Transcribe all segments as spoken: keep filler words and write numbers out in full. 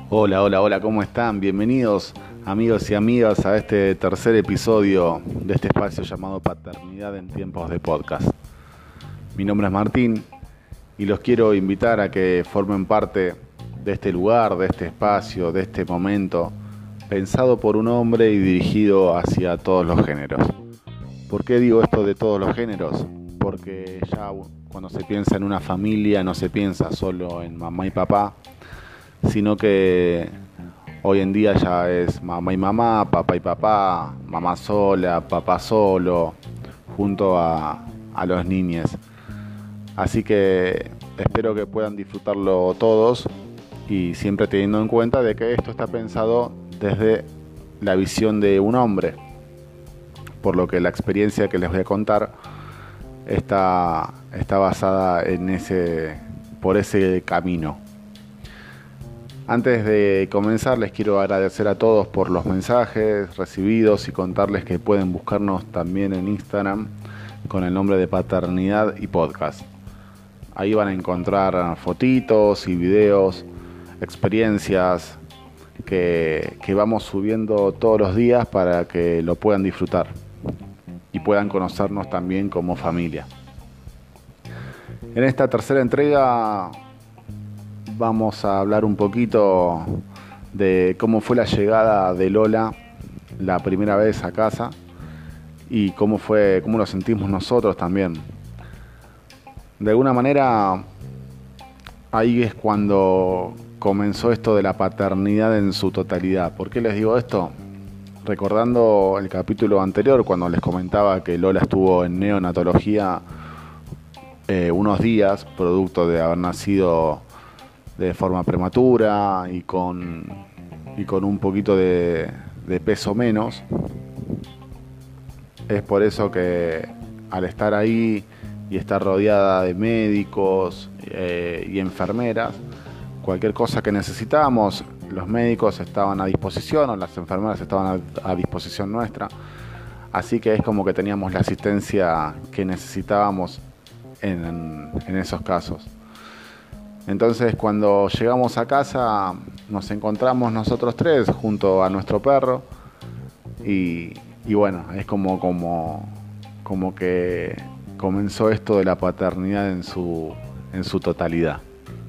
Hola, hola, hola, ¿cómo están? Bienvenidos amigos y amigas a este tercer episodio de este espacio llamado Paternidad en Tiempos de Podcast. Mi nombre es Martín y los quiero invitar a que formen parte de este lugar, de este espacio, de este momento, pensado por un hombre y dirigido hacia todos los géneros. ¿Por qué digo esto de todos los géneros? Porque ya cuando se piensa en una familia no se piensa solo en mamá y papá, sino que hoy en día ya es mamá y mamá, papá y papá, mamá sola, papá solo, junto a, a los niños. Así que espero que puedan disfrutarlo todos y siempre teniendo en cuenta de que esto está pensado desde la visión de un hombre, por lo que la experiencia que les voy a contar está, está basada en ese, por ese camino. Antes de comenzar les quiero agradecer a todos por los mensajes recibidos y contarles que pueden buscarnos también en Instagram con el nombre de Paternidad y Podcast. Ahí van a encontrar fotitos y videos, experiencias que, que vamos subiendo todos los días para que lo puedan disfrutar y puedan conocernos también como familia. En esta tercera entrega vamos a hablar un poquito de cómo fue la llegada de Lola la primera vez a casa y cómo fue, cómo lo sentimos nosotros también. De alguna manera, ahí es cuando comenzó esto de la paternidad en su totalidad. ¿Por qué les digo esto? Recordando el capítulo anterior, cuando les comentaba que Lola estuvo en neonatología eh, unos días, producto de haber nacido de forma prematura y con, y con un poquito de, de peso menos. Es por eso que al estar ahí y estar rodeada de médicos eh, y enfermeras, cualquier cosa que necesitábamos, los médicos estaban a disposición o las enfermeras estaban a, a disposición nuestra. Así que es como que teníamos la asistencia que necesitábamos en, en, en esos casos. Entonces cuando llegamos a casa nos encontramos nosotros tres junto a nuestro perro y, y bueno, es como, como, como que comenzó esto de la paternidad en su, en su totalidad.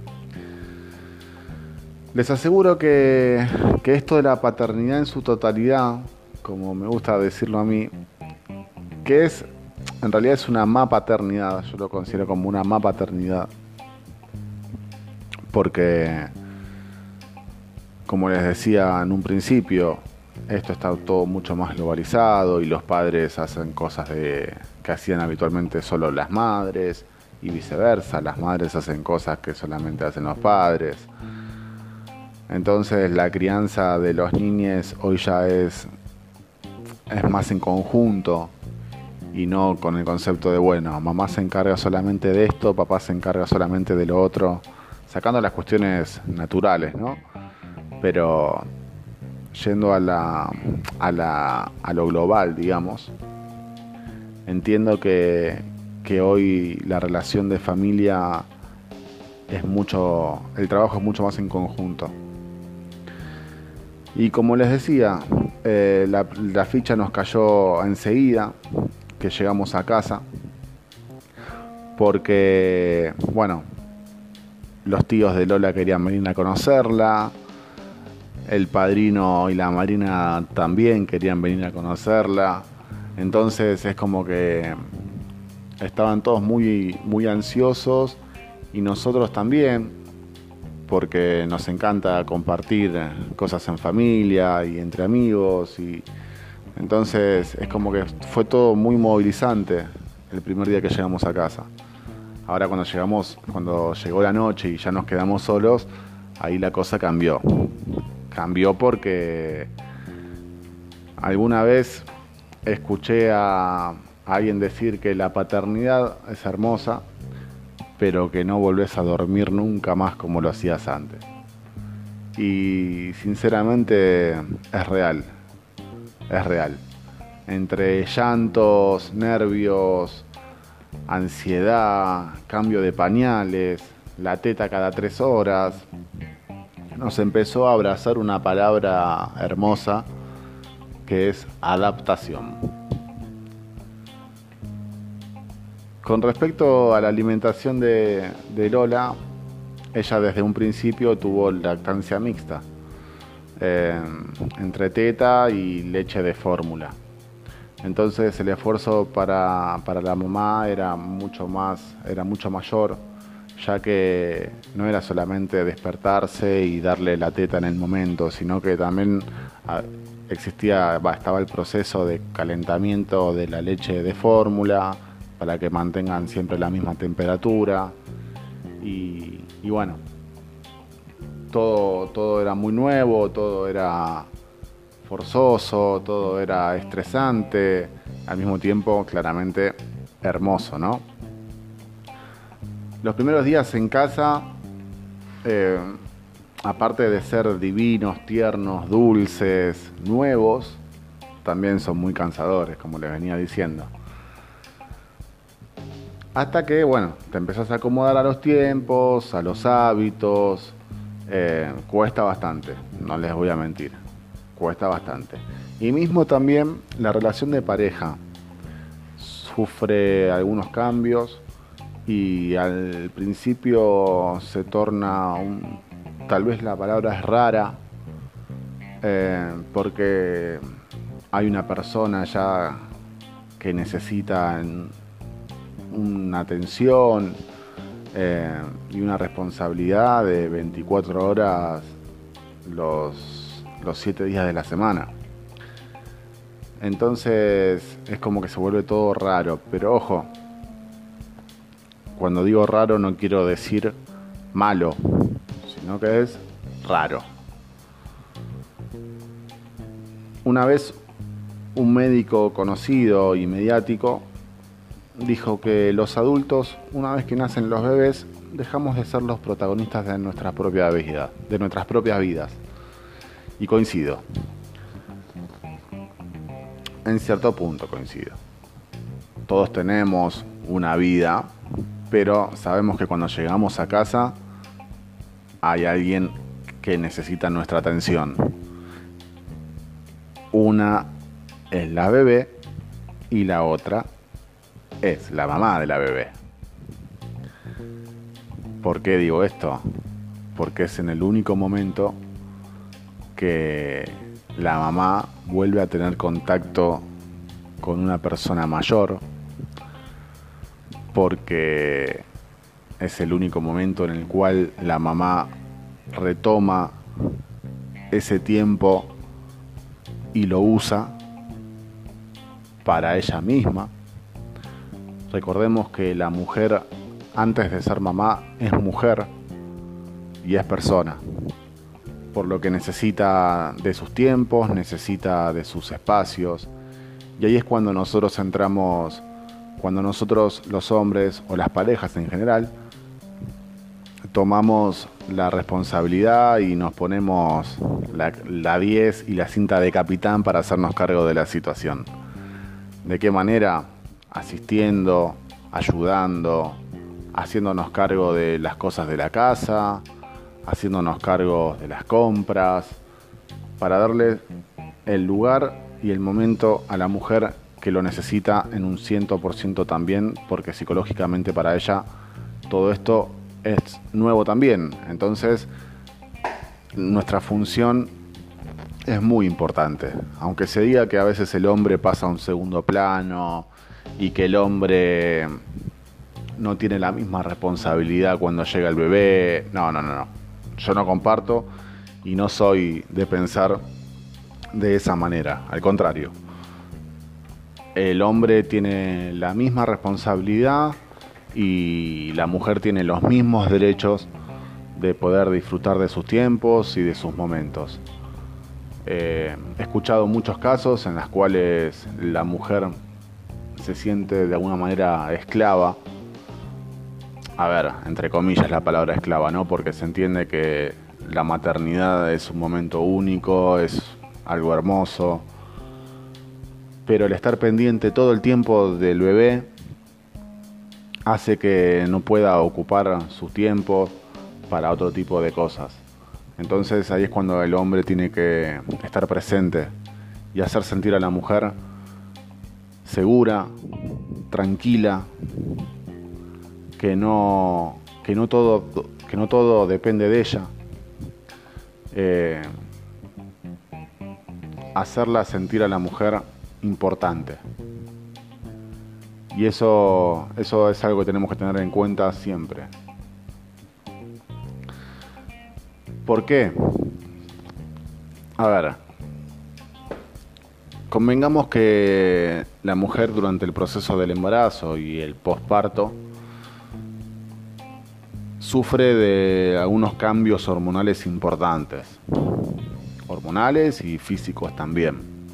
Les aseguro que, que esto de la paternidad en su totalidad, como me gusta decirlo a mí, que es, en realidad es una mapaternidad, yo lo considero como una mapaternidad, porque, como les decía en un principio, esto está todo mucho más globalizado y los padres hacen cosas de, que hacían habitualmente solo las madres y viceversa, las madres hacen cosas que solamente hacen los padres. Entonces la crianza de los niños hoy ya es, es más en conjunto y no con el concepto de, bueno, mamá se encarga solamente de esto, papá se encarga solamente de lo otro, sacando las cuestiones naturales, ¿no? Pero yendo a la, a la, a lo global, digamos, entiendo que, que hoy la relación de familia es mucho, el trabajo es mucho más en conjunto. Y como les decía, eh, la, la ficha nos cayó enseguida que llegamos a casa, porque, bueno, los tíos de Lola querían venir a conocerla, el padrino y la madrina también querían venir a conocerla, entonces es como que estaban todos muy, muy ansiosos y nosotros también, porque nos encanta compartir cosas en familia y entre amigos, y entonces es como que fue todo muy movilizante el primer día que llegamos a casa. Ahora cuando llegamos, cuando llegó la noche y ya nos quedamos solos, ahí la cosa cambió. Cambió porque alguna vez escuché a alguien decir que la paternidad es hermosa, pero que no volvés a dormir nunca más como lo hacías antes. Y sinceramente es real, es real. Entre llantos, nervios, ansiedad, cambio de pañales, la teta cada tres horas, nos empezó a abrazar una palabra hermosa que es adaptación. Con respecto a la alimentación de, de Lola, ella desde un principio tuvo lactancia mixta, eh, entre teta y leche de fórmula. Entonces el esfuerzo para, para la mamá era mucho más, era mucho mayor, ya que no era solamente despertarse y darle la teta en el momento, sino que también existía, estaba el proceso de calentamiento de la leche de fórmula para que mantengan siempre la misma temperatura y, y bueno, todo, todo era muy nuevo, todo era forzoso, todo era estresante, al mismo tiempo claramente hermoso, ¿no? Los primeros días en casa, eh, aparte de ser divinos, tiernos, dulces, nuevos, también son muy cansadores, como les venía diciendo. Hasta que, bueno, te empezás a acomodar a los tiempos, a los hábitos, eh, cuesta bastante, no les voy a mentir. Cuesta bastante. Y mismo también la relación de pareja sufre algunos cambios y al principio se torna un, tal vez la palabra es rara, eh, porque hay una persona ya que necesita una atención eh, y una responsabilidad de veinticuatro horas los los siete días de la semana. Entonces es como que se vuelve todo raro, pero ojo, cuando digo raro no quiero decir malo, sino que es raro. Una vez un médico conocido y mediático dijo que los adultos, una vez que nacen los bebés, dejamos de ser los protagonistas de nuestra propia vida, de nuestras propias vidas. Y coincido. En cierto punto coincido. Todos tenemos una vida, pero sabemos que cuando llegamos a casa hay alguien que necesita nuestra atención. Una es la bebé y la otra es la mamá de la bebé. ¿Por qué digo esto? Porque es en el único momento que la mamá vuelve a tener contacto con una persona mayor, porque es el único momento en el cual la mamá retoma ese tiempo y lo usa para ella misma. Recordemos que la mujer, antes de ser mamá, es mujer y es persona, por lo que necesita de sus tiempos, necesita de sus espacios, y ahí es cuando nosotros entramos, cuando nosotros los hombres o las parejas en general tomamos la responsabilidad y nos ponemos la, la diez y la cinta de capitán para hacernos cargo de la situación. ¿De qué manera? Asistiendo, ayudando, haciéndonos cargo de las cosas de la casa, haciéndonos cargo de las compras, para darle el lugar y el momento a la mujer que lo necesita en un cien por ciento también, porque psicológicamente para ella todo esto es nuevo también. Entonces, nuestra función es muy importante. Aunque se diga que a veces el hombre pasa a un segundo plano y que el hombre no tiene la misma responsabilidad cuando llega el bebé. No, no, no, no. Yo no comparto y no soy de pensar de esa manera. Al contrario. El hombre tiene la misma responsabilidad y la mujer tiene los mismos derechos de poder disfrutar de sus tiempos y de sus momentos. Eh, he escuchado muchos casos en los cuales la mujer se siente de alguna manera esclava. A ver, entre comillas la palabra esclava, ¿no? Porque se entiende que la maternidad es un momento único, es algo hermoso. Pero el estar pendiente todo el tiempo del bebé hace que no pueda ocupar su tiempo para otro tipo de cosas. Entonces ahí es cuando el hombre tiene que estar presente y hacer sentir a la mujer segura, tranquila, que no, que no todo, que no todo depende de ella. Eh, hacerla sentir a la mujer importante. Y eso, eso es algo que tenemos que tener en cuenta siempre. ¿Por qué? A ver, convengamos que la mujer durante el proceso del embarazo y el posparto sufre de algunos cambios hormonales importantes, hormonales y físicos también,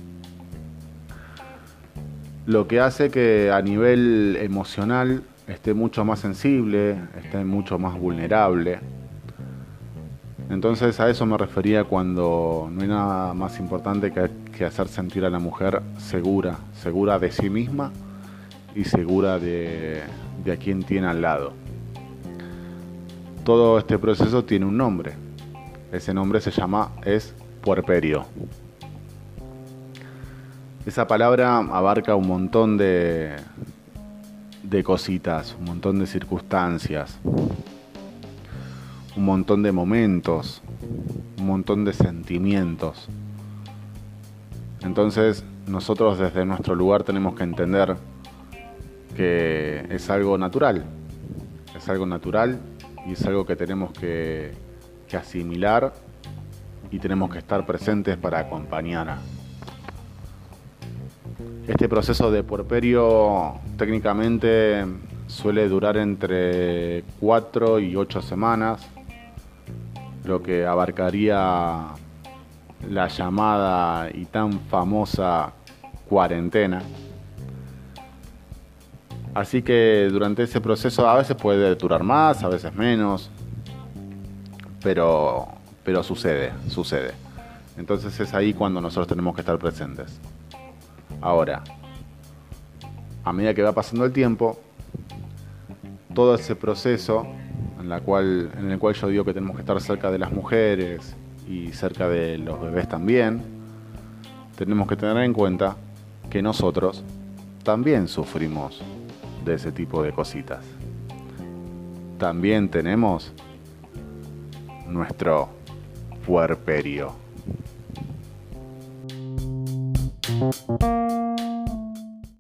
lo que hace que a nivel emocional esté mucho más sensible, esté mucho más vulnerable. Entonces a eso me refería cuando no hay nada más importante que, que hacer sentir a la mujer segura, segura de sí misma y segura de, de a quien tiene al lado. Todo este proceso tiene un nombre. Ese nombre se llama, es puerperio. Esa palabra abarca un montón de, de cositas, un montón de circunstancias, un montón de momentos, un montón de sentimientos. Entonces, nosotros desde nuestro lugar tenemos que entender que es algo natural, es algo natural y es algo que tenemos que, que asimilar y tenemos que estar presentes para acompañar. Este proceso de puerperio técnicamente suele durar entre cuatro y ocho semanas, lo que abarcaría la llamada y tan famosa cuarentena. Así que durante ese proceso a veces puede durar más, a veces menos, pero, pero sucede, sucede. Entonces es ahí cuando nosotros tenemos que estar presentes. Ahora, a medida que va pasando el tiempo, todo ese proceso en, la cual, en el cual yo digo que tenemos que estar cerca de las mujeres y cerca de los bebés también, tenemos que tener en cuenta que nosotros también sufrimos de ese tipo de cositas. También tenemos nuestro puerperio.